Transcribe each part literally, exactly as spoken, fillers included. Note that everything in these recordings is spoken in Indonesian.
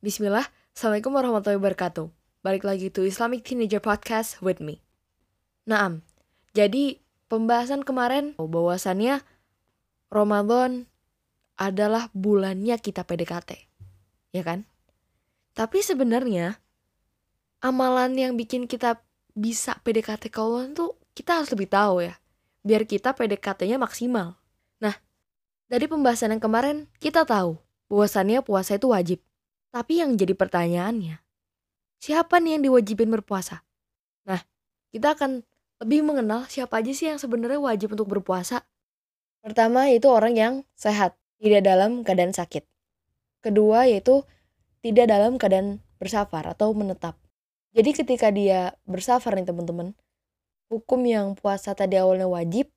Bismillah, Assalamualaikum warahmatullahi wabarakatuh. Balik lagi to Islamic Teenager Podcast with me. Naam, jadi pembahasan kemarin bahwasannya Ramadan adalah bulannya kita P D K T, ya kan? Tapi sebenarnya amalan yang bikin kita bisa P D K T ke Allah tuh kita harus lebih tahu ya, biar kita P D K T-nya maksimal. Nah, dari pembahasan yang kemarin kita tahu bahwasannya puasa itu wajib. Tapi yang jadi pertanyaannya, siapa nih yang diwajibin berpuasa? Nah, kita akan lebih mengenal siapa aja sih yang sebenarnya wajib untuk berpuasa. Pertama yaitu orang yang sehat, tidak dalam keadaan sakit. Kedua yaitu tidak dalam keadaan bersafar atau menetap. Jadi ketika dia bersafar nih teman-teman, hukum yang puasa tadi awalnya wajib,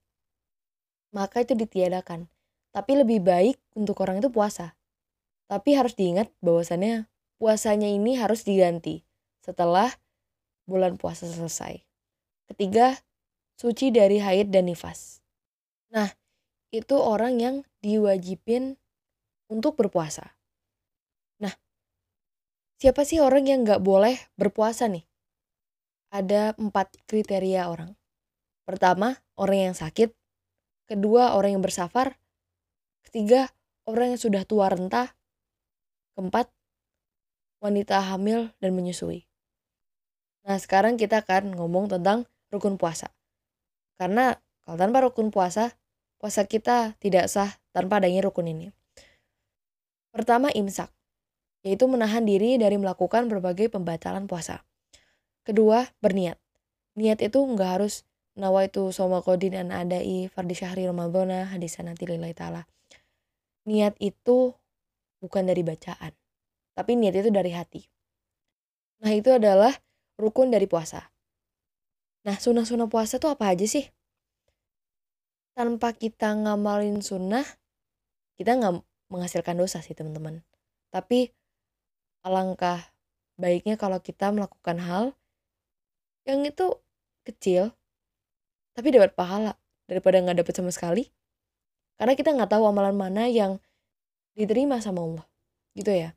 maka itu ditiadakan. Tapi lebih baik untuk orang itu puasa. Tapi harus diingat bahwasannya puasanya ini harus diganti setelah bulan puasa selesai. Ketiga, suci dari haid dan nifas. Nah, itu orang yang diwajibin untuk berpuasa. Nah, siapa sih orang yang gak boleh berpuasa nih? Ada empat kriteria orang. Pertama, orang yang sakit. Kedua, orang yang bersafar. Ketiga, orang yang sudah tua renta. Keempat, wanita hamil dan menyusui. Nah, sekarang kita akan ngomong tentang rukun puasa. Karena kalau tanpa rukun puasa, puasa kita tidak sah tanpa adanya rukun ini. Pertama, imsak, yaitu menahan diri dari melakukan berbagai pembatalan puasa. Kedua, berniat. Niat itu nggak harus nawaitu soma qodin an adai fardhi syahri ramadhana hadisanati lillahi ta'ala. Niat itu bukan dari bacaan, tapi niat itu dari hati. Nah, itu adalah rukun dari puasa. Nah, sunnah-sunnah puasa itu apa aja sih? Tanpa kita ngamalin sunnah, kita nggak menghasilkan dosa sih teman-teman. Tapi alangkah baiknya kalau kita melakukan hal yang itu kecil, tapi dapat pahala daripada nggak dapat sama sekali. Karena kita nggak tahu amalan mana yang diterima sama Allah, gitu ya.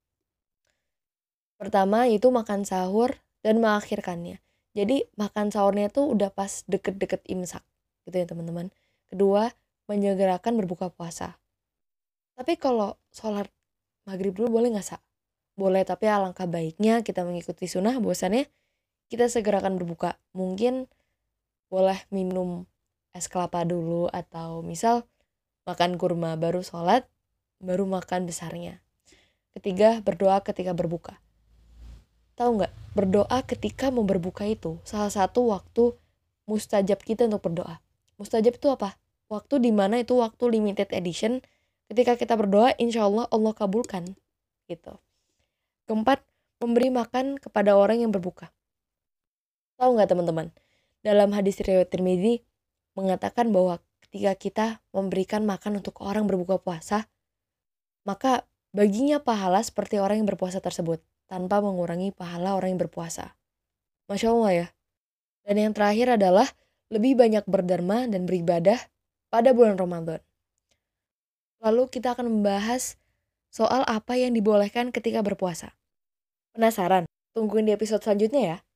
Pertama itu makan sahur dan mengakhirkannya. Jadi makan sahurnya tuh udah pas deket-deket imsak, gitu ya teman-teman. Kedua, menyegerakan berbuka puasa. Tapi kalau sholat maghrib dulu boleh nggak, Sa? Boleh, tapi alangkah baiknya kita mengikuti sunnah bahwasannya kita segerakan berbuka. Mungkin boleh minum es kelapa dulu atau misal makan kurma baru sholat, baru makan besarnya. Ketiga, berdoa ketika berbuka. Tahu nggak, berdoa ketika mau berbuka itu salah satu waktu mustajab kita untuk berdoa. Mustajab itu apa? Waktu dimana itu waktu limited edition. Ketika kita berdoa, insya Allah Allah kabulkan. Gitu. Keempat, memberi makan kepada orang yang berbuka. Tahu nggak teman-teman? Dalam hadis riwayat Tirmidzi mengatakan bahwa ketika kita memberikan makan untuk orang berbuka puasa, maka baginya pahala seperti orang yang berpuasa tersebut, tanpa mengurangi pahala orang yang berpuasa. Masya Allah ya. Dan yang terakhir adalah lebih banyak berderma dan beribadah pada bulan Ramadan. Lalu kita akan membahas soal apa yang dibolehkan ketika berpuasa. Penasaran? Tungguin di episode selanjutnya ya.